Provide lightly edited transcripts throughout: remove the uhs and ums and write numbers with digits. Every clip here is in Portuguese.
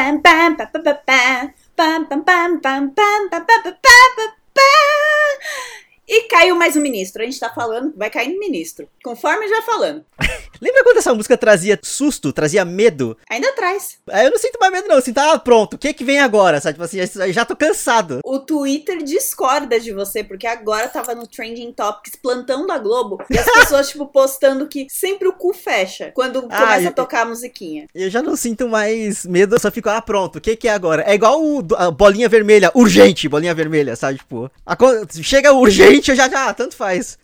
pam, pam, pam, pam, pam, pam, pam, pam, pam, pam, pam, pam, pam, e caiu mais um ministro. A gente tá falando que vai cair um ministro, conforme já falando. Lembra quando essa música trazia susto, trazia medo? Ainda traz. Eu não sinto mais medo não, eu sinto, pronto, o que vem agora, sabe? Tipo assim, já tô cansado. O Twitter discorda de você, porque agora tava no Trending Topics, plantão da Globo, e as pessoas, tipo, postando que sempre o cu fecha quando começa a tocar a musiquinha. Eu já não sinto mais medo, eu só fico, pronto, o que é agora? É igual a bolinha vermelha, urgente, bolinha vermelha, sabe? Tipo, chega urgente, eu já, tanto faz.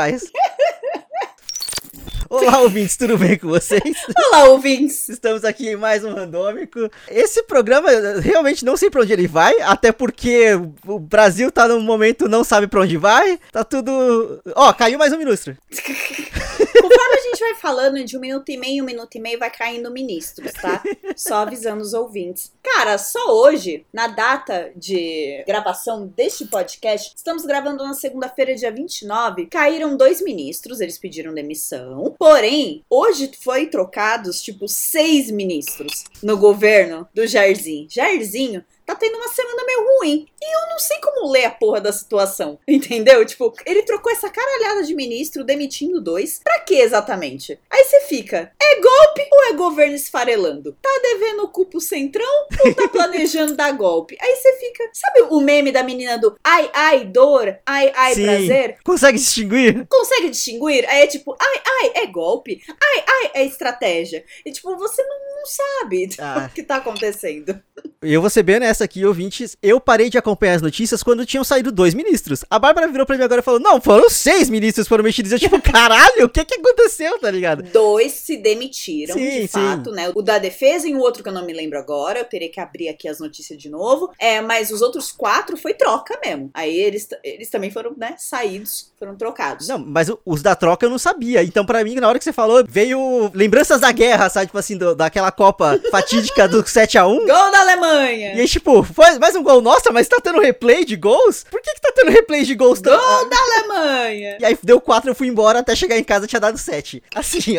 Olá, ouvintes, tudo bem com vocês? Olá, ouvintes! Estamos aqui em mais um Randômico. Esse programa, realmente não sei pra onde ele vai, até porque o Brasil tá num momento, não sabe pra onde vai, tá tudo... caiu mais um ministro. Conforme a gente vai falando, de 1 minuto e meio, vai caindo ministros, tá? Só avisando os ouvintes. Cara, só hoje, na data de gravação deste podcast, estamos gravando na segunda-feira, dia 29, caíram 2 ministros, eles pediram demissão. Porém, hoje foi trocados, 6 ministros no governo do Jairzinho. Jairzinho tá tendo uma semana meio ruim. E eu não sei como ler a porra da situação. Entendeu? Ele trocou essa caralhada de ministro, demitindo 2. Pra quê exatamente? Aí você fica, é golpe ou é governo esfarelando? Tá devendo o cu pro centrão ou tá planejando dar golpe? Aí você fica, sabe o meme da menina do ai, ai, dor, ai, ai, sim, prazer? Consegue distinguir? Consegue distinguir? Aí é tipo, ai, ai, é golpe. Ai, ai, é estratégia. E você não sabe o que tá acontecendo. Eu vou ser bem honesta aqui, ouvintes, eu parei de acompanhar as notícias quando tinham saído 2 ministros. A Bárbara virou pra mim agora e falou, não, foram 6 ministros que foram mexidos. Eu caralho, o que aconteceu, tá ligado? 2 se demitiram, sim, de fato, né? O da defesa e o outro que eu não me lembro agora, eu teria que abrir aqui as notícias de novo. Mas os outros 4 foi troca mesmo. Aí eles também foram, né, saídos, foram trocados. Não, mas os da troca eu não sabia. Então pra mim, na hora que você falou, veio lembranças da guerra, sabe? Tipo assim, daquela Copa fatídica do 7-1. Gol da Alemanha! E aí, foi mais um gol. Nossa, mas tá tendo replay de gols? Por que tá tendo replay de gols? Gol da Alemanha! E aí deu 4, eu fui embora, até chegar em casa tinha dado 7. Assim,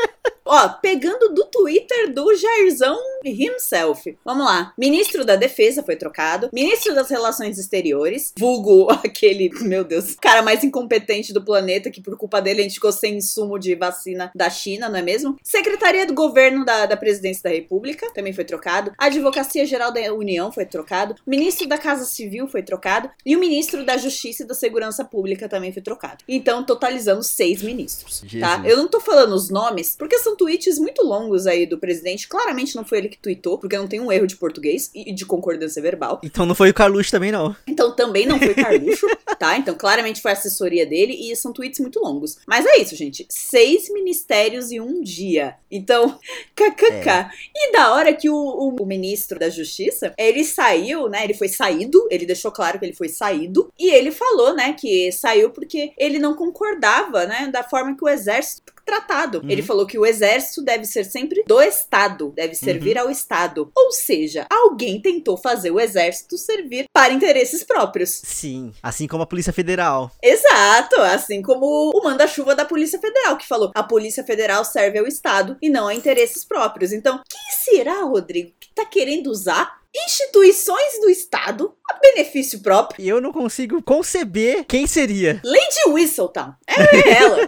Pegando do Twitter do Jairzão himself. Vamos lá. Ministro da Defesa foi trocado. Ministro das Relações Exteriores. Vulgo aquele, meu Deus, cara mais incompetente do planeta, que por culpa dele a gente ficou sem insumo de vacina da China, não é mesmo? Secretaria do Governo da Presidência da República também foi trocado. A Advocacia Geral da União foi trocado. O Ministro da Casa Civil foi trocado. E o Ministro da Justiça e da Segurança Pública também foi trocado. Então, totalizamos 6 ministros, tá? Eu não tô falando os nomes, porque são tweets muito longos aí do presidente. Claramente não foi ele que tweetou, porque não tem um erro de português e de concordância verbal. Então não foi o Carluxo também, não. Então também não foi Carluxo, tá? Então claramente foi a assessoria dele e são tweets muito longos. Mas é isso, gente. 6 ministérios em um dia. Então, kkk. E da hora que o ministro da Justiça, ele saiu, né? Ele foi saído, ele deixou claro que ele foi saído. E ele falou, né, que saiu porque ele não concordava, né, da forma que o exército tratado. Ele falou que o exército deve ser sempre do Estado, deve servir ao Estado. Ou seja, alguém tentou fazer o exército servir para interesses próprios. Sim, assim como a Polícia Federal. Exato, assim como o manda-chuva da Polícia Federal, que falou, a Polícia Federal serve ao Estado e não a interesses próprios. Então, quem será, Rodrigo, que tá querendo usar instituições do Estado a benefício próprio? Eu não consigo conceber quem seria. Lady Whistledown, é ela.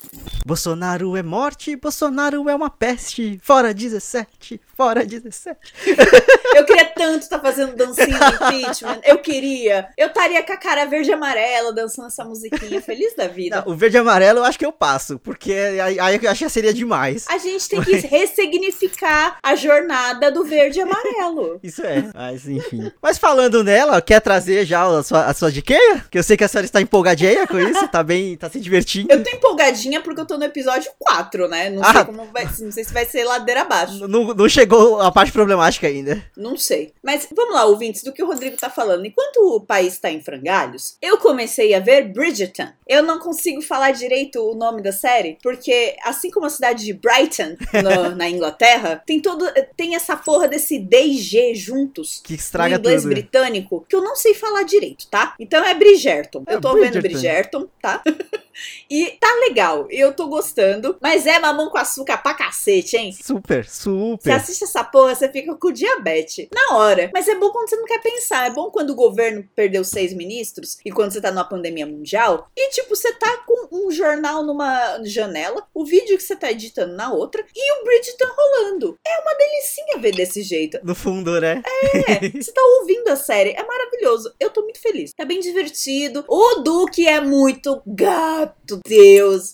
Bolsonaro é morte, Bolsonaro é uma peste. Fora 17, fora 17. Eu queria tanto estar fazendo dancinha do impeachment. Eu estaria com a cara verde e amarela dançando essa musiquinha, feliz da vida. Não, o verde e amarelo eu acho que eu passo, porque aí eu acho que seria demais. A gente tem que ressignificar a jornada do verde e amarelo. Isso mas enfim. Mas falando nela, quer trazer já a sua diquinha? Que eu sei que a senhora está empolgadinha com isso, tá se divertindo. Eu tô empolgadinha porque eu tô no episódio 4, né? Não sei como vai, não sei se vai ser ladeira abaixo. Não chegou a parte problemática ainda. Não sei. Mas vamos lá, ouvintes, do que o Rodrigo tá falando. Enquanto o país tá em frangalhos, eu comecei a ver Bridgerton. Eu não consigo falar direito o nome da série, porque assim como a cidade de Brighton, na Inglaterra, tem essa porra desse DG juntos. Que estraga no inglês tudo. britânico, que eu não sei falar direito, tá? Então é Bridgerton. Eu tô vendo Bridgerton, tá? E tá legal, eu tô gostando, mas é mamão com açúcar pra cacete, hein? Super. Você assiste essa porra, você fica com diabetes na hora. Mas é bom quando você não quer pensar, é bom quando o governo perdeu 6 ministros e quando você tá numa pandemia mundial e, tipo, você tá com um jornal numa janela, o vídeo que você tá editando na outra e o Bridgerton rolando. É uma delicinha ver desse jeito. No fundo, né? Você tá ouvindo a série, é maravilhoso. Eu tô muito feliz. É bem divertido. O Duque é muito gato, Deus.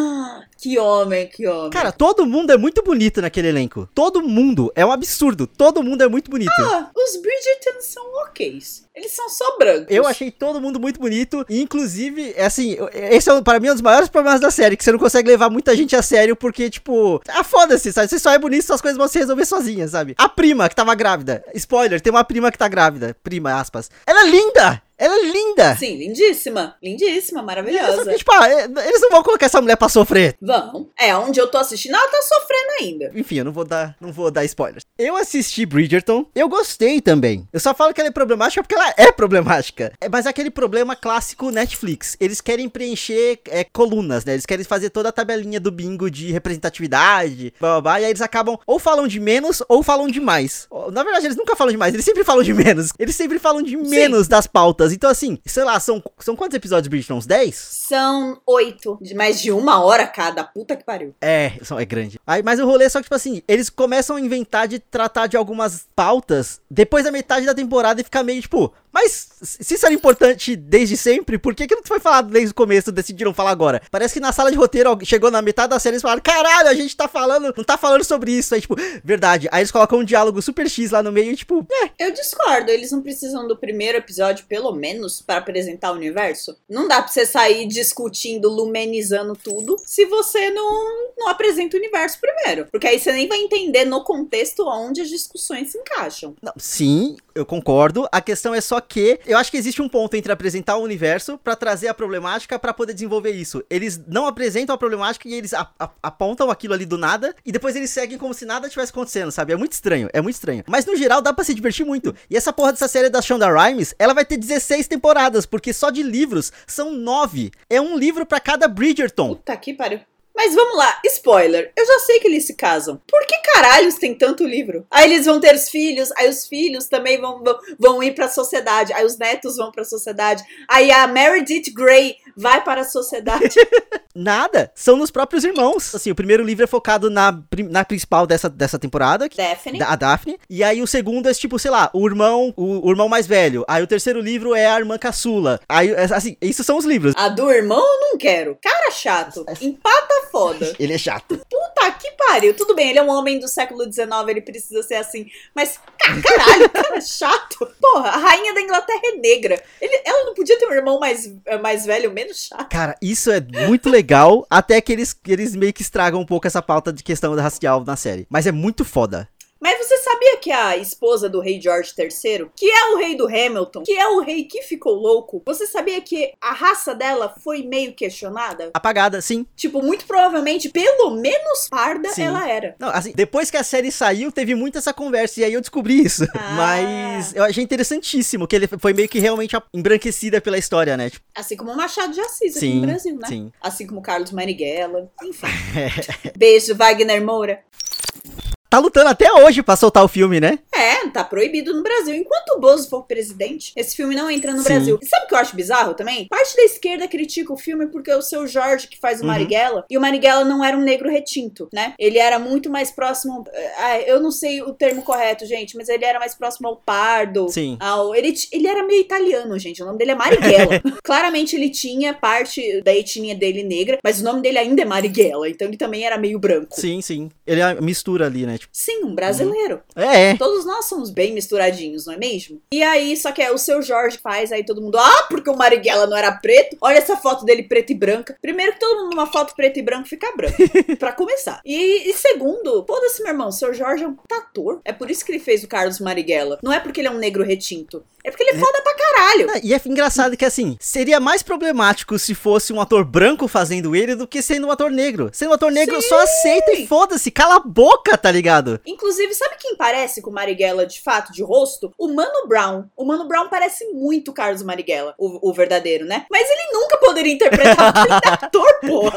Que homem. Cara, todo mundo é muito bonito naquele elenco. Todo mundo. É um absurdo. Todo mundo é muito bonito. Os Bridgerton são ok's. Eles são só brancos. Eu achei todo mundo muito bonito. E, inclusive, assim, esse é, para mim, um dos maiores problemas da série. Que você não consegue levar muita gente a sério. Porque, tipo, foda-se, sabe? Você só é bonito, suas coisas vão se resolver sozinhas, sabe? A prima que tava grávida. Spoiler, tem uma prima que tá grávida. Prima, aspas. Ela é linda! Ela é linda! Sim, lindíssima. Lindíssima, maravilhosa. Que, tipo, eles não vão colocar essa mulher pra sofrer. Vão. Onde eu tô assistindo, ela tá sofrendo ainda. Enfim, eu não vou dar spoilers. Eu assisti Bridgerton, eu gostei também. Eu só falo que ela é problemática porque ela é problemática. Mas é aquele problema clássico Netflix. Eles querem preencher colunas, né? Eles querem fazer toda a tabelinha do bingo de representatividade, blá, blá, blá, e aí eles acabam ou falam de menos ou falam de mais. Na verdade, eles nunca falam de mais, eles sempre falam de menos. Eles sempre falam de menos das pautas. Então, assim, sei lá, são quantos episódios de Bridgerton? Uns 10? São 8. Mais de 1 hora cada. Puta que pariu. É grande. Aí, mas o rolê é só que, tipo assim, eles começam a inventar de tratar de algumas pautas depois da metade da temporada e ficar meio, tipo... Mas, se isso era importante desde sempre, por que não foi falado desde o começo, decidiram falar agora? Parece que na sala de roteiro, chegou na metade da série e eles falaram, caralho, a gente não tá falando sobre isso. Aí, tipo, verdade. Aí eles colocam um diálogo super X lá no meio e, tipo, Eu discordo, eles não precisam do primeiro episódio, pelo menos, para apresentar o universo. Não dá pra você sair discutindo, lumenizando tudo, se você não apresenta o universo primeiro. Porque aí você nem vai entender no contexto onde as discussões se encaixam. Não, sim, eu concordo. A questão é só que eu acho que existe um ponto entre apresentar o universo pra trazer a problemática pra poder desenvolver isso. Eles não apresentam a problemática e eles apontam aquilo ali do nada e depois eles seguem como se nada tivesse acontecendo, sabe? É muito estranho. Mas no geral dá pra se divertir muito. E essa porra dessa série da Shonda Rhimes, ela vai ter 16 temporadas, porque só de livros são 9. É um livro pra cada Bridgerton. Puta que pariu. Mas vamos lá, spoiler, eu já sei que eles se casam. Por que caralhos tem tanto livro? Aí eles vão ter os filhos, aí os filhos também vão ir pra sociedade, aí os netos vão pra sociedade, aí a Meredith Grey vai para a sociedade. Nada, são nos próprios irmãos. Assim, o primeiro livro é focado na principal dessa temporada. Daphne. A Daphne. E aí o segundo é tipo, sei lá, o irmão mais velho. Aí o terceiro livro é a irmã caçula. Aí, assim, isso são os livros. A do irmão eu não quero. Cara chato. Empata foda. Ele é chato. Puta que pariu. Tudo bem, ele é um homem do século XIX, ele precisa ser assim. Mas, caralho, cara chato. Porra, a rainha da Inglaterra é negra. Ela não podia ter um irmão mais velho, menos chato. Cara, isso é muito legal, até que eles meio que estragam um pouco essa pauta de questão racial na série. Mas é muito foda. Mas você sabia que a esposa do rei George III, que é o rei do Hamilton, que é o rei que ficou louco, você sabia que a raça dela foi meio questionada? Apagada, sim. Tipo, muito provavelmente, pelo menos parda, sim. Ela era. Não, assim, depois que a série saiu, teve muito essa conversa, e aí eu descobri isso. Mas eu achei interessantíssimo, que ele foi meio que realmente embranquecida pela história, né? Tipo... Assim como o Machado de Assis aqui no Brasil, né? Sim. Assim como Carlos Marighella, enfim. Beijo, Wagner Moura. Tá lutando até hoje pra soltar o filme, né? Tá proibido no Brasil. Enquanto o Bozo for presidente, esse filme não entra no Brasil. E sabe o que eu acho bizarro também? Parte da esquerda critica o filme porque o seu Jorge, que faz o Marighella, e o Marighella não era um negro retinto, né? Ele era muito mais próximo... eu não sei o termo correto, gente, mas ele era mais próximo ao pardo. Sim. Ele era meio italiano, gente. O nome dele é Marighella. Claramente ele tinha parte da etnia dele negra, mas o nome dele ainda é Marighella, então ele também era meio branco. Sim, sim. Ele é uma mistura ali, né? Tipo... Sim, um brasileiro. Todos nós somos bem misturadinhos, não é mesmo? E aí, só que o seu Jorge faz, aí todo mundo, porque o Marighella não era preto, olha essa foto dele preta e branca. Primeiro que todo mundo numa foto preta e branca fica branco, pra começar. E segundo, foda-se, meu irmão, o seu Jorge é um ator. É por isso que ele fez o Carlos Marighella. Não é porque ele é um negro retinto. É porque ele é foda pra caralho. E é engraçado que, assim, seria mais problemático se fosse um ator branco fazendo ele do que sendo um ator negro. Sendo um ator negro, só aceita e foda-se, cala a boca, tá ligado? Inclusive, sabe quem parece com o Marighella de fato, de rosto? O Mano Brown. O Mano Brown parece muito o Carlos Marighella, o verdadeiro, né? Mas ele nunca poderia interpretar porque ele é ator, porra.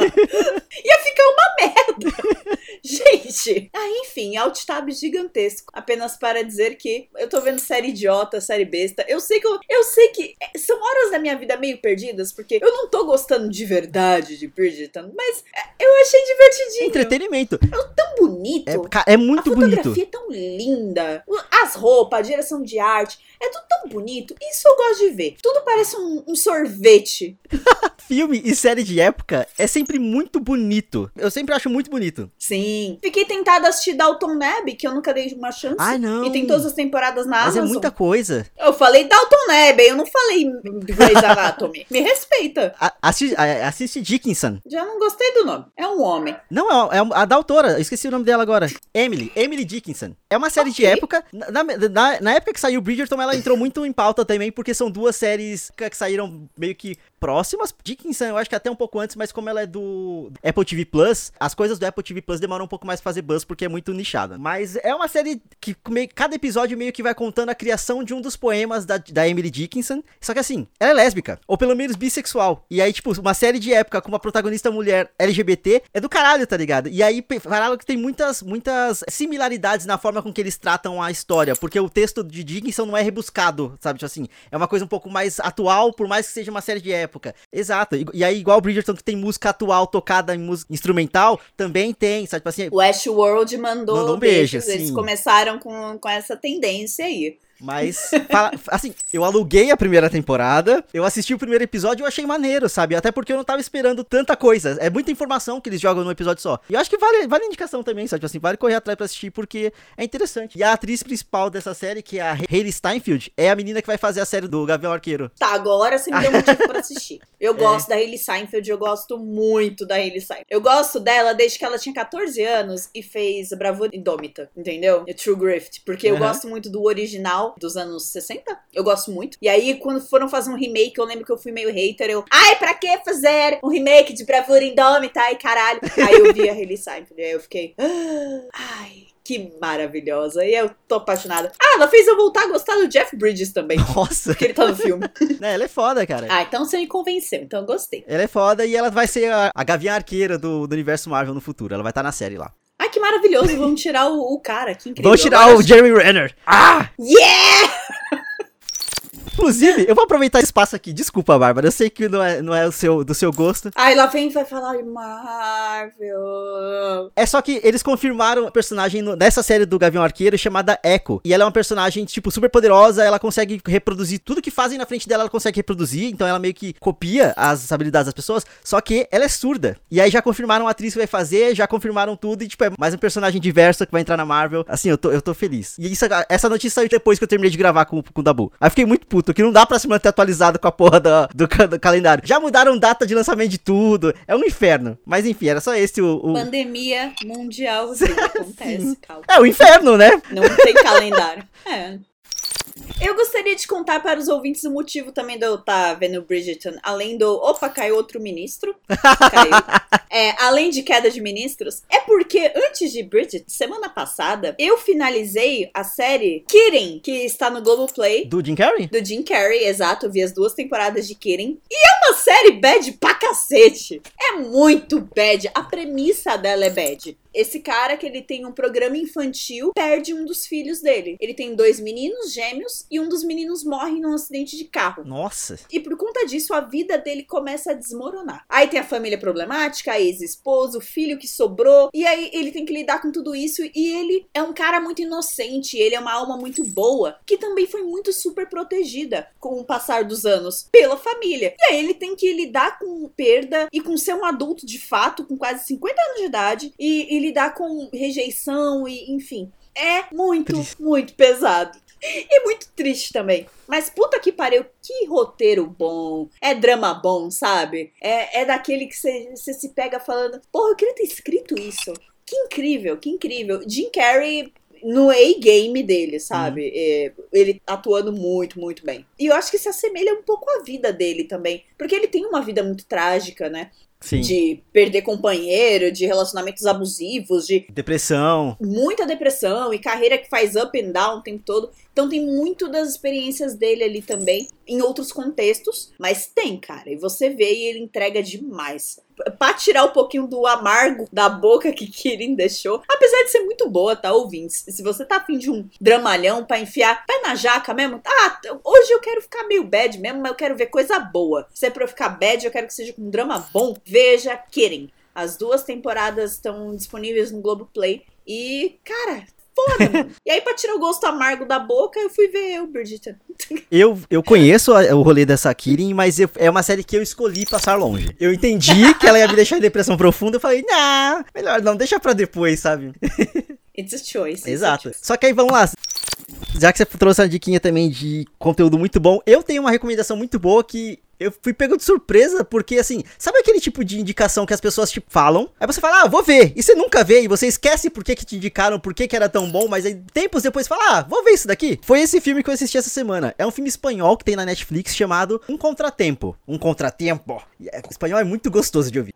Ia ficar uma merda. Gente. Enfim, alt tab gigantesco. Apenas para dizer que eu tô vendo série idiota, série besta. Eu sei que são horas da minha vida meio perdidas, porque eu não tô gostando de verdade de Bridgerton, mas eu achei divertidinho. Entretenimento. É tão bonito. É muito bonito. A fotografia é tão linda. As roupas, a direção de arte. É tudo tão bonito. Isso eu gosto de ver. Tudo parece um sorvete. Filme e série de época é sempre muito bonito. Eu sempre acho muito bonito. Sim. Fiquei tentada a assistir Downton Abbey, que eu nunca dei uma chance. Ai, não. E tem todas as temporadas na Amazon. Mas é muita coisa. Eu falei Downton Abbey, eu não falei Grey's Anatomy. Me respeita. Assiste Dickinson. Já não gostei do nome. É um homem. Não, é a da autora. Eu esqueci o nome dela agora. Emily Dickinson. É uma série de época. Na época que saiu Bridgerton, ela entrou muito em pauta também, porque são duas séries que saíram meio que próximas. Dickinson, eu acho que até um pouco antes, mas como ela é do Apple TV Plus, as coisas do Apple TV Plus demoram um pouco mais pra fazer buzz, porque é muito nichada. Mas é uma série que cada episódio meio que vai contando a criação de um dos poemas da Emily Dickinson. Só que assim, ela é lésbica, ou pelo menos bissexual. E aí, tipo, uma série de época com uma protagonista mulher LGBT é do caralho, tá ligado? E aí, falaram que tem muitas similaridades na forma com que eles tratam a história, porque o texto de Dickinson não é rebuscado, sabe? Tipo assim, é uma coisa um pouco mais atual, por mais que seja uma série de época. Exato. E aí, igual o Bridgerton, que tem música atual tocada em música instrumental, também tem, sabe? Tipo assim, o Westworld mandou um beijo, beijos. sim. Eles começaram com essa tendência aí. Mas, assim, eu aluguei a primeira temporada, eu assisti o primeiro episódio e eu achei maneiro, sabe? Até porque eu não tava esperando tanta coisa. É muita informação que eles jogam num episódio só. E eu acho que vale indicação também, sabe? Tipo assim, vale correr atrás pra assistir porque é interessante. E a atriz principal dessa série, que é a Hailey Steinfeld, é a menina que vai fazer a série do Gavião Arqueiro. Tá, agora você me deu motivo pra assistir. Eu gosto da Hailey Steinfeld, eu gosto muito da Hailey Steinfeld. Eu gosto dela desde que ela tinha 14 anos e fez Bravura Indômita, entendeu? E True Grift, porque eu gosto muito do original dos anos 60, eu gosto muito. E aí, quando foram fazer um remake, eu lembro que eu fui meio hater, pra que fazer um remake de Bravura Indômita? Ai, caralho. Aí eu vi a Hailey Steinfeld, e aí eu fiquei, que maravilhosa. E eu tô apaixonada. Ela fez eu voltar a gostar do Jeff Bridges também. Nossa. Porque ele tá no filme. Ela é foda, cara. Então você me convenceu, então eu gostei. Ela é foda e ela vai ser a Gavião Arqueira do universo Marvel no futuro. Ela vai estar na série lá. Ai, que maravilhoso. Vamos tirar o cara, que incrível. Vamos tirar o Jeremy Renner. Yeah! Inclusive, eu vou aproveitar esse espaço aqui. Desculpa, Bárbara. Eu sei que não é do seu gosto. Lá vem e vai falar de Marvel. É só que eles confirmaram a personagem nessa série do Gavião Arqueiro chamada Echo. E ela é uma personagem, tipo, super poderosa. Ela consegue reproduzir tudo que fazem na frente dela. Ela consegue reproduzir. Então ela meio que copia as habilidades das pessoas. Só que ela é surda. E aí já confirmaram a atriz que vai fazer. Já confirmaram tudo. E, tipo, é mais um personagem diverso que vai entrar na Marvel. Assim, eu tô feliz. E essa notícia saiu depois que eu terminei de gravar com o Dabu. Aí eu fiquei muito puto. Que não dá pra se manter atualizado com a porra do calendário. Já mudaram data de lançamento de tudo. É um inferno. Mas enfim, era só esse o... Pandemia mundial, acontece, calma. É o inferno, né? Não tem calendário. Eu gostaria de contar para os ouvintes o motivo também de eu estar vendo Bridgerton, além do... Opa, caiu outro ministro. Caiu. Além de queda de ministros, é porque antes de Bridgerton, semana passada, eu finalizei a série Kidding, que está no Globoplay. Do Jim Carrey? Do Jim Carrey, exato. Eu vi as 2 temporadas de Kidding. E é uma série bad pra cacete. É muito bad. A premissa dela é bad. Esse cara que ele tem um programa infantil perde um dos filhos dele. Ele tem 2 meninos gêmeos e um dos meninos morre num acidente de carro. Nossa. E por conta disso, a vida dele começa a desmoronar. Aí tem a família problemática, a ex-esposa, o filho que sobrou. E aí ele tem que lidar com tudo isso. E ele é um cara muito inocente. Ele é uma alma muito boa, que também foi muito super protegida com o passar dos anos pela família. E aí ele tem que lidar com perda e com ser um adulto de fato, com quase 50 anos de idade. E lidar com rejeição e, enfim. É muito, muito pesado. E muito triste também. Mas puta que pariu, que roteiro bom. É drama bom, sabe? É daquele que você se pega falando, porra, eu queria ter escrito isso. Que incrível, que incrível. Jim Carrey, no A-game dele, sabe? Ele atuando muito, muito bem. E eu acho que se assemelha um pouco à vida dele também. Porque ele tem uma vida muito trágica, né? Sim. De perder companheiro, de relacionamentos abusivos, de depressão. Muita depressão e carreira que faz up and down o tempo todo. Então tem muito das experiências dele ali também, em outros contextos. Mas tem, cara. E você vê e ele entrega demais. Pra tirar um pouquinho do amargo da boca que Kirin deixou. Apesar de ser muito boa, tá, ouvintes? Se você tá afim de um dramalhão pra enfiar pé na jaca mesmo. Hoje eu quero ficar meio bad mesmo, mas eu quero ver coisa boa. Se é pra eu ficar bad, eu quero que seja com um drama bom. Veja Kirin. As 2 temporadas estão disponíveis no Globoplay. E, cara, foda, mano. E aí, pra tirar o gosto amargo da boca, eu fui ver o Bridgerton. Eu conheço o rolê dessa Kirin, mas é uma série que eu escolhi passar longe. Eu entendi que ela ia me deixar em depressão profunda, eu falei, não, melhor não, deixa pra depois, sabe? It's a choice. Exato. Só que aí, vamos lá. Já que você trouxe uma diquinha também de conteúdo muito bom, eu tenho uma recomendação muito boa que eu fui pego de surpresa, porque assim, sabe aquele tipo de indicação que as pessoas tipo falam? Aí você fala, vou ver, e você nunca vê, e você esquece por que te indicaram, por que era tão bom, mas aí tempos depois fala, vou ver isso daqui. Foi esse filme que eu assisti essa semana. É um filme espanhol que tem na Netflix chamado Um Contratempo. Um Contratempo. O espanhol é muito gostoso de ouvir.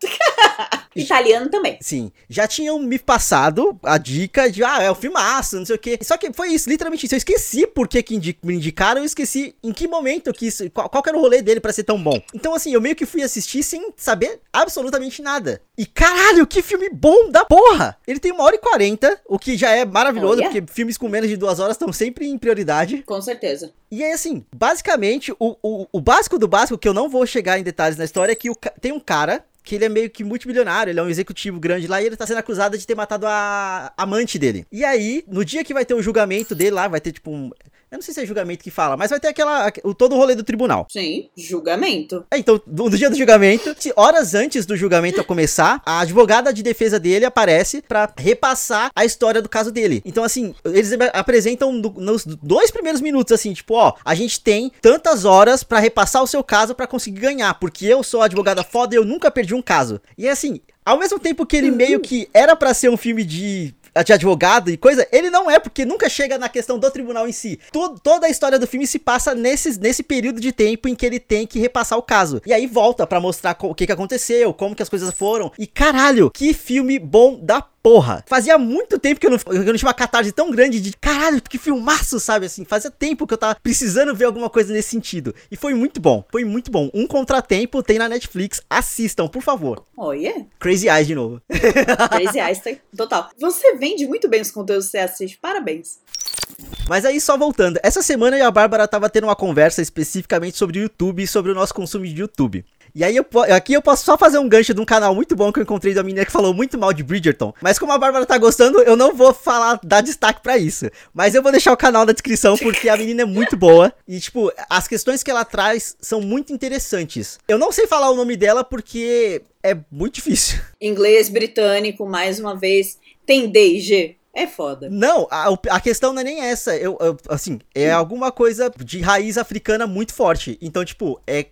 Italiano também. Sim. Já tinham me passado a dica de, é um filmaço, não sei o quê. Só que foi isso, literalmente isso. Eu esqueci por que me indicaram, eu esqueci em que momento que isso, qual que era o rolê dele pra ser tão bom. Então, assim, eu meio que fui assistir sem saber absolutamente nada. E caralho, que filme bom da porra! Ele tem 1h40, o que já é maravilhoso, porque filmes com menos de 2 horas estão sempre em prioridade. Com certeza. E aí, assim, basicamente, o básico do básico, que eu não vou chegar em detalhes na história, é que tem um cara que ele é meio que multimilionário, ele é um executivo grande lá e ele tá sendo acusado de ter matado a amante dele. E aí, no dia que vai ter o julgamento dele lá, vai ter tipo um... Eu não sei se é julgamento que fala, mas vai ter todo o rolê do tribunal. Sim, julgamento. Então, no dia do julgamento, horas antes do julgamento começar, a advogada de defesa dele aparece pra repassar a história do caso dele. Então, assim, eles apresentam nos 2 primeiros minutos, assim, tipo, a gente tem tantas horas pra repassar o seu caso pra conseguir ganhar, porque eu sou advogada foda e eu nunca perdi um caso. E assim, ao mesmo tempo que ele meio que era pra ser um filme de advogado e coisa, ele não é, porque nunca chega na questão do tribunal em si. Toda a história do filme se passa nesse período de tempo em que ele tem que repassar o caso. E aí volta pra mostrar o que aconteceu, como que as coisas foram. E caralho, que filme bom da porra. Fazia muito tempo que eu não tinha uma catarse tão grande de caralho, que filmaço, sabe, assim. Fazia tempo que eu tava precisando ver alguma coisa nesse sentido. E foi muito bom, foi muito bom. Um Contratempo tem na Netflix, assistam, por favor. Yeah. Crazy Eyes de novo. Crazy Eyes, total. Você vende muito bem os conteúdos que você assiste, parabéns. Mas aí, só voltando, essa semana eu e a Bárbara tava tendo uma conversa especificamente sobre o YouTube e sobre o nosso consumo de YouTube. E aí, aqui eu posso só fazer um gancho de um canal muito bom que eu encontrei da menina que falou muito mal de Bridgerton. Mas como a Bárbara tá gostando, eu não vou dar destaque pra isso. Mas eu vou deixar o canal na descrição, porque a menina é muito boa. E, tipo, as questões que ela traz são muito interessantes. Eu não sei falar o nome dela porque é muito difícil. Inglês britânico, mais uma vez. Tem D&G. É foda. Não, a questão não é nem essa. Assim, é alguma coisa de raiz africana muito forte. Então, tipo, é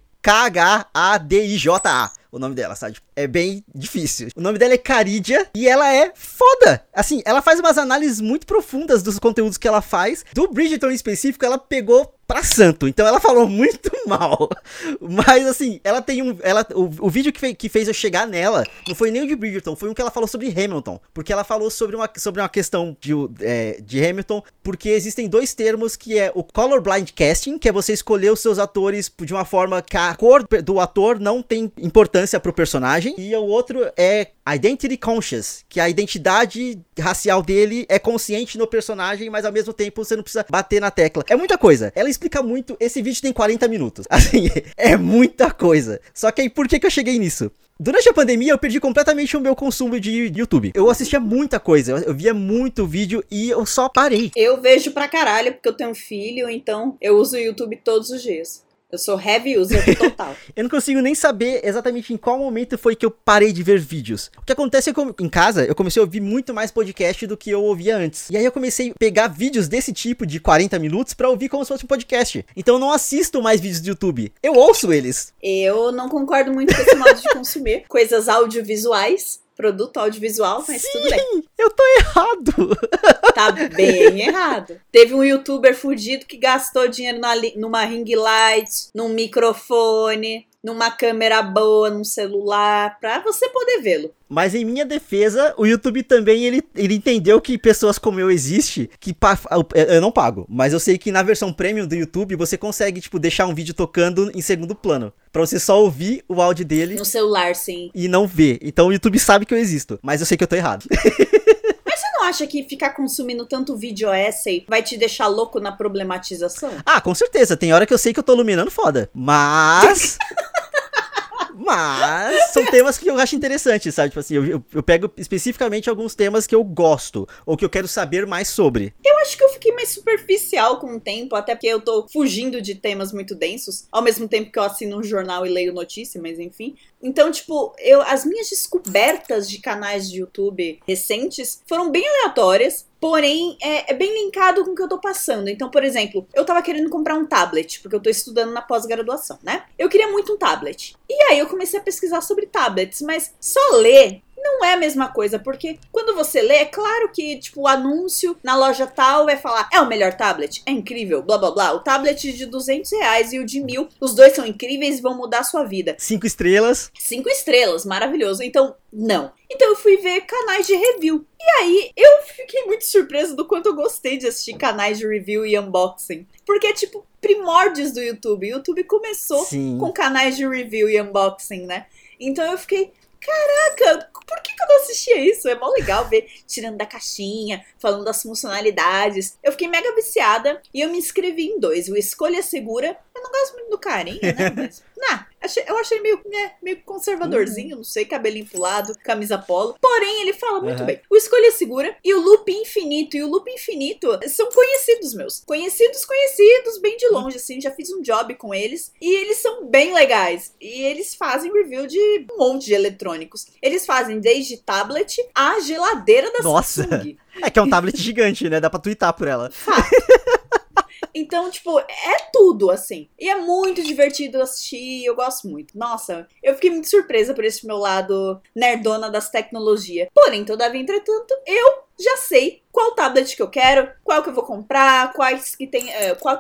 Khadija, o nome dela, sabe? É bem difícil. O nome dela é Caridia e ela é foda. Assim, ela faz umas análises muito profundas dos conteúdos que ela faz. Do Bridgerton em específico, ela pegou pra santo. Então ela falou muito mal. Mas assim, ela tem o vídeo que fez eu chegar nela não foi nem o de Bridgerton, foi um que ela falou sobre Hamilton. Porque ela falou sobre uma questão de Hamilton, porque existem 2 termos que é o colorblind casting, que é você escolher os seus atores de uma forma que a cor do ator não tem importância pro personagem. E o outro é Identity Conscious, que a identidade racial dele é consciente no personagem, mas ao mesmo tempo você não precisa bater na tecla. É muita coisa. Ela explica muito. Esse vídeo tem 40 minutos. Assim, é muita coisa. Só que aí, por que eu cheguei nisso? Durante a pandemia, eu perdi completamente o meu consumo de YouTube. Eu assistia muita coisa, eu via muito vídeo e eu só parei. Eu vejo pra caralho, porque eu tenho um filho, então eu uso o YouTube todos os dias. Eu sou heavy user total. Eu não consigo nem saber exatamente em qual momento foi que eu parei de ver vídeos. O que acontece é que em casa, eu comecei a ouvir muito mais podcast do que eu ouvia antes. E aí eu comecei a pegar vídeos desse tipo de 40 minutos pra ouvir como se fosse um podcast. Então eu não assisto mais vídeos do YouTube. Eu ouço eles. Eu não concordo muito com esse modo de consumir coisas audiovisuais. produto audiovisual, mas Sim, tudo bem. Eu tô errado. Tá bem errado. Teve um youtuber fudido que gastou dinheiro numa ring light, num microfone, numa câmera boa, num celular, pra você poder vê-lo. Mas em minha defesa, o YouTube também, ele entendeu que pessoas como eu existe, que eu não pago, mas eu sei que na versão premium do YouTube, você consegue, tipo, deixar um vídeo tocando em segundo plano, pra você só ouvir o áudio dele. No celular, sim. E não ver. Então o YouTube sabe que eu existo, mas eu sei que eu tô errado. Você não acha que ficar consumindo tanto vídeo essay vai te deixar louco na problematização? Ah, com certeza, tem hora que eu sei que eu tô iluminando foda, mas... Mas são temas que eu acho interessantes, sabe? Tipo assim, eu pego especificamente alguns temas que eu gosto, ou que eu quero saber mais sobre. Eu acho que eu fiquei mais superficial com o tempo, até porque eu tô fugindo de temas muito densos, ao mesmo tempo que eu assino um jornal e leio notícia, mas enfim. Então, tipo, as minhas descobertas de canais de YouTube recentes foram bem aleatórias, porém, é bem linkado com o que eu tô passando. Então, por exemplo, eu tava querendo comprar um tablet, porque eu tô estudando na pós-graduação, né? Eu queria muito um tablet. E aí eu comecei a pesquisar sobre tablets, mas só ler não é a mesma coisa, porque quando você lê, é claro que, tipo, o anúncio na loja tal vai falar, é o melhor tablet, é incrível, blá blá blá, o tablet de R$200 e o de 1.000, os dois são incríveis e vão mudar a sua vida. 5 estrelas. 5 estrelas, maravilhoso. Então, não. Então eu fui ver canais de review. E aí, eu fiquei muito surpresa do quanto eu gostei de assistir canais de review e unboxing. Porque é tipo primórdios do YouTube. O YouTube começou com canais de review e unboxing, né? Então eu fiquei... Caraca, por que eu não assistia isso? É mó legal ver tirando da caixinha, falando das funcionalidades. Eu fiquei mega viciada e eu me inscrevi em 2. O Escolha Segura, eu não gosto muito do carinha, né? Mas, eu achei meio conservadorzinho, não sei, cabelinho pro lado, camisa polo. Porém, ele fala muito bem. O Escolha Segura e o Loop Infinito. E o Loop Infinito são conhecidos meus. Conhecidos, bem de longe, assim. Já fiz um job com eles. E eles são bem legais. E eles fazem review de um monte de eletrônicos. Eles fazem desde tablet a geladeira da Samsung. É que é um tablet gigante, né? Dá pra twittar por ela. Fato. Então, tipo, é tudo, assim. E é muito divertido assistir, eu gosto muito. Nossa, eu fiquei muito surpresa por esse meu lado nerdona das tecnologias. Porém, todavia, entretanto, eu já sei qual tablet que eu quero, qual que eu vou comprar, qual que tem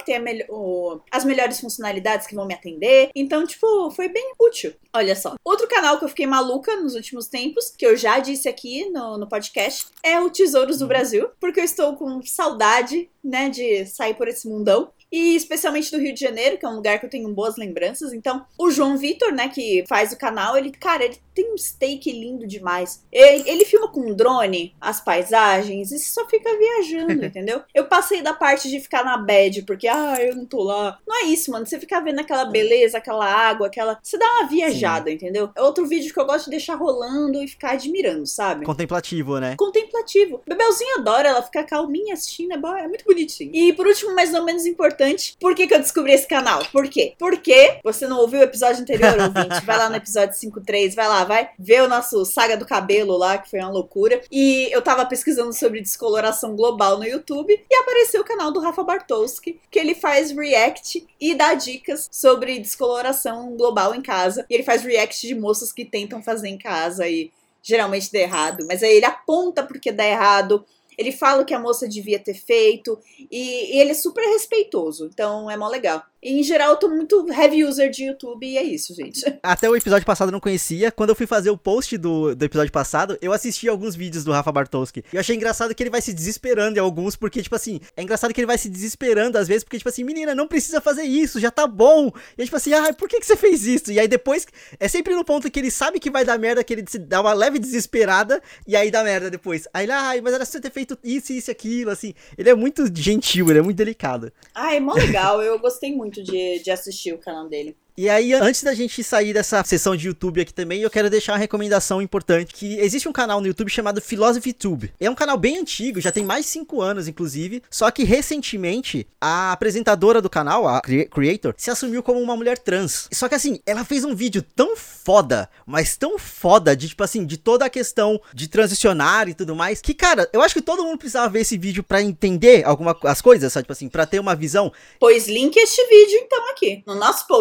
as melhores funcionalidades que vão me atender. Então, tipo, foi bem útil. Olha só. Outro canal que eu fiquei maluca nos últimos tempos, que eu já disse aqui no podcast, é o Tesouros do Brasil, porque eu estou com saudade, né, de sair por esse mundão. E especialmente do Rio de Janeiro, que é um lugar que eu tenho boas lembranças. Então, o João Vitor, né, que faz o canal, ele tem um steak lindo demais. Ele filma com um drone as paisagens e só fica viajando, entendeu? Eu passei da parte de ficar na bad, porque, eu não tô lá. Não é isso, mano. Você fica vendo aquela beleza, aquela água, você dá uma viajada, entendeu? É outro vídeo que eu gosto de deixar rolando e ficar admirando, sabe? Contemplativo, né? Contemplativo. Bebelzinha adora, ela fica calminha assistindo, é muito bonitinho. E por último, mais ou menos importante, por que eu descobri esse canal? Por quê? Porque você não ouviu o episódio anterior, ouvinte? Vai lá no episódio 5.3, vai ver o nosso Saga do Cabelo lá, que foi uma loucura. E eu tava pesquisando sobre descoloração global no YouTube e apareceu o canal do Rafa Bartowski, que ele faz react e dá dicas sobre descoloração global em casa. E ele faz react de moças que tentam fazer em casa e geralmente dá errado. Mas aí ele aponta porque dá errado. Ele fala o que a moça devia ter feito e ele é super respeitoso, então é mó legal. E, em geral, eu tô muito heavy user de YouTube e é isso, gente. Até o episódio passado eu não conhecia. Quando eu fui fazer o post do episódio passado, eu assisti alguns vídeos do Rafa Bartowski. E eu achei engraçado que ele vai se desesperando em alguns, porque, tipo assim, é engraçado que ele vai se desesperando às vezes, porque, tipo assim, menina, não precisa fazer isso, já tá bom. E, tipo assim, por que você fez isso? E aí depois, é sempre no ponto que ele sabe que vai dar merda, que ele dá uma leve desesperada, e aí dá merda depois. Aí ele, mas era só você ter feito isso, aquilo, assim. Ele é muito gentil, ele é muito delicado. É mó legal, eu gostei muito de assistir o canal dele. E aí, antes da gente sair dessa sessão de YouTube aqui também, eu quero deixar uma recomendação importante, que existe um canal no YouTube chamado PhilosophyTube. É um canal bem antigo, já tem mais de 5 anos, inclusive, só que recentemente, a apresentadora do canal, a creator, se assumiu como uma mulher trans. Só que assim, ela fez um vídeo tão foda, mas tão foda, de tipo assim, de toda a questão de transicionar e tudo mais, que cara, eu acho que todo mundo precisava ver esse vídeo pra entender as coisas, sabe? Tipo assim, pra ter uma visão. Pois link este vídeo então aqui, no nosso post.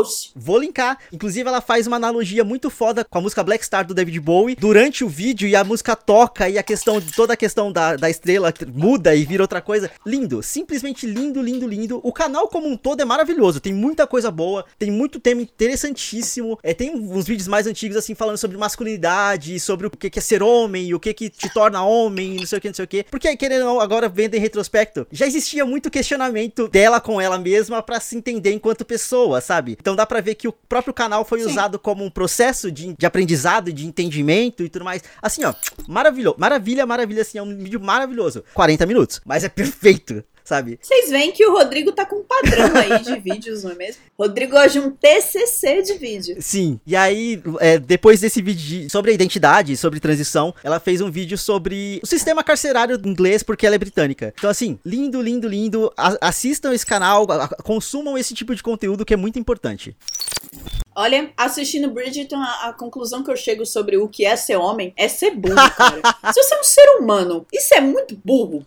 vou linkar. Inclusive, ela faz uma analogia muito foda com a música Black Star do David Bowie durante o vídeo, e a música toca, e toda a questão da estrela muda e vira outra coisa. Lindo, simplesmente lindo, lindo, lindo. O canal como um todo é maravilhoso, tem muita coisa boa, tem muito tema interessantíssimo. Tem uns vídeos mais antigos, assim, falando sobre masculinidade, sobre o que é ser homem, o que te torna homem, não sei o que, não sei o que. Porque, querendo ou não, agora vendo em retrospecto, já existia muito questionamento dela com ela mesma pra se entender enquanto pessoa, sabe? Então dá pra ver que o próprio canal foi usado como um processo de aprendizado, de entendimento e tudo mais. Assim, ó, maravilha, assim, é um vídeo maravilhoso. 40 minutos, mas é perfeito. Sabe? Vocês veem que o Rodrigo tá com um padrão aí de vídeos, não é mesmo? Rodrigo gosta de um TCC de vídeo. Sim, e aí, depois desse vídeo sobre a identidade, sobre transição, ela fez um vídeo sobre o sistema carcerário inglês, porque ela é britânica. Então, assim, lindo, lindo, lindo. Assistam esse canal, consumam esse tipo de conteúdo que é muito importante. Olha, assistindo Bridgerton, a conclusão que eu chego sobre o que é ser homem é ser burro, cara. Se você é um ser humano e você é muito burro,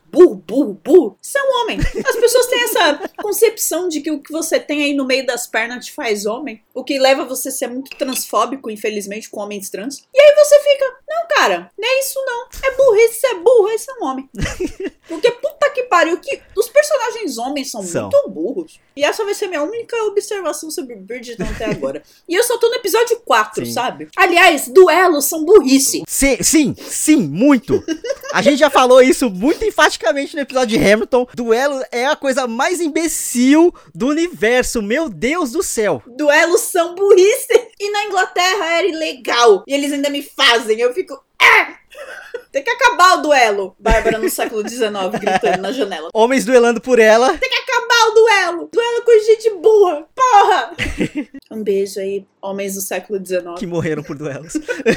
você é um homem. As pessoas têm essa concepção de que o que você tem aí no meio das pernas te faz homem, o que leva você a ser muito transfóbico, infelizmente, com homens trans. E aí você fica, não, cara, não é isso não. É burrice, você é burro, esse é um homem. Porque puta que pariu, que os personagens homens são muito burros. E essa vai ser minha única observação sobre Bridgerton até agora. E eu só tô no episódio 4, sabe? Aliás, duelos são burrice. Sim, muito. A gente já falou isso muito enfaticamente no episódio de Hamilton. Duelo é a coisa mais imbecil do universo. Meu Deus do céu. Duelos são burrice. E na Inglaterra era ilegal. E eles ainda me fazem. Eu fico... Tem que acabar o duelo. Bárbara no século XIX gritando na janela. Homens duelando por ela. Tem que acabar o duelo. Duelo com gente burra. Porra. Um beijo aí, homens do século XIX. Que morreram por duelos.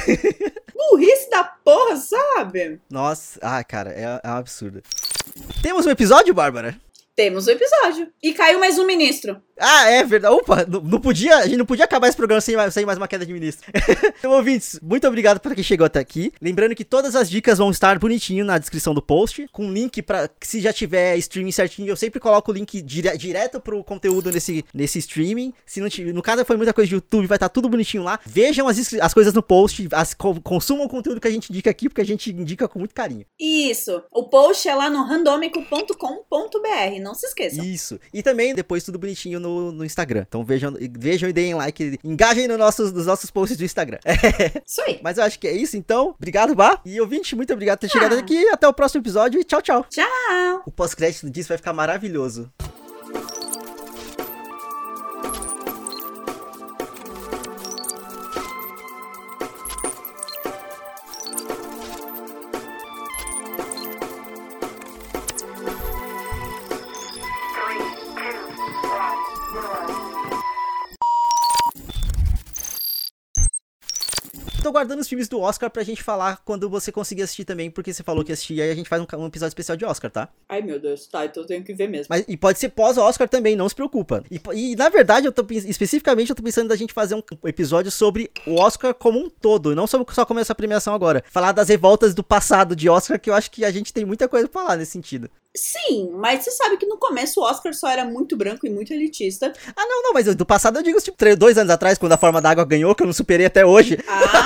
Burrice da porra, sabe? Nossa, cara, é um absurdo. Temos um episódio, Bárbara? Temos um episódio. E caiu mais um ministro. Ah, é verdade. Opa, a gente não podia acabar esse programa sem mais uma queda de ministro. Então, ouvintes, muito obrigado pra quem chegou até aqui. Lembrando que todas as dicas vão estar bonitinho na descrição do post, com link pra, se já tiver streaming certinho, eu sempre coloco o link direto pro conteúdo nesse streaming. Se não tiver, no caso foi muita coisa de YouTube, vai estar tudo bonitinho lá. Vejam as coisas no post, consumam o conteúdo que a gente indica aqui, porque a gente indica com muito carinho. Isso. O post é lá no randomico.com.br, não se esqueçam. Isso. E também, depois, tudo bonitinho no Instagram. Então vejam e deem like, engajem nos nossos posts do Instagram. Isso aí. Mas eu acho que é isso, então. Obrigado, Bá. E ouvinte, muito obrigado por ter chegado aqui. Até o próximo episódio e tchau, tchau. Tchau. O pós-crédito disso vai ficar maravilhoso. Tô guardando os filmes do Oscar pra gente falar quando você conseguir assistir também, porque você falou que ia assistir, aí a gente faz um episódio especial de Oscar, tá? Ai, meu Deus, tá, então eu tenho que ver mesmo. E pode ser pós-Oscar também, não se preocupa. E na verdade, especificamente, eu tô pensando da gente fazer um episódio sobre o Oscar como um todo, não só como essa premiação agora. Falar das revoltas do passado de Oscar, que eu acho que a gente tem muita coisa pra falar nesse sentido. Sim, mas você sabe que no começo o Oscar só era muito branco e muito elitista. Ah, não, mas do passado eu digo, tipo, 2 anos atrás, quando A Forma d'Água ganhou, que eu não superei até hoje.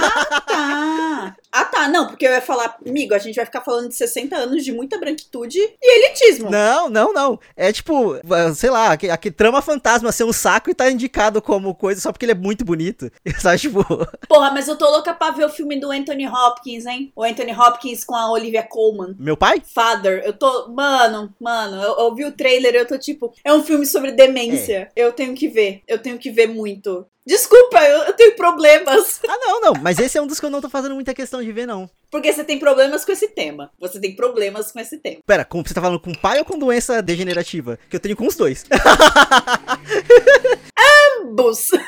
Ah, tá, não, porque eu ia falar, amigo, a gente vai ficar falando de 60 anos de muita branquitude e elitismo. Não. É tipo, sei lá, aquele Trama Fantasma ser um saco e tá indicado como coisa só porque ele é muito bonito. Sabe, tipo... Porra, mas eu tô louca pra ver o filme do Anthony Hopkins, hein? O Anthony Hopkins com a Olivia Colman. Meu pai? Father, eu tô... Mano, eu vi o trailer, eu tô tipo... É um filme sobre demência. Eu tenho que ver muito. Desculpa, eu tenho problemas. Ah, não, mas esse é um dos que eu não tô fazendo muita questão de ver, não. Porque você tem problemas com esse tema. Pera, você tá falando com pai ou com doença degenerativa? Que eu tenho com os dois. Ambos.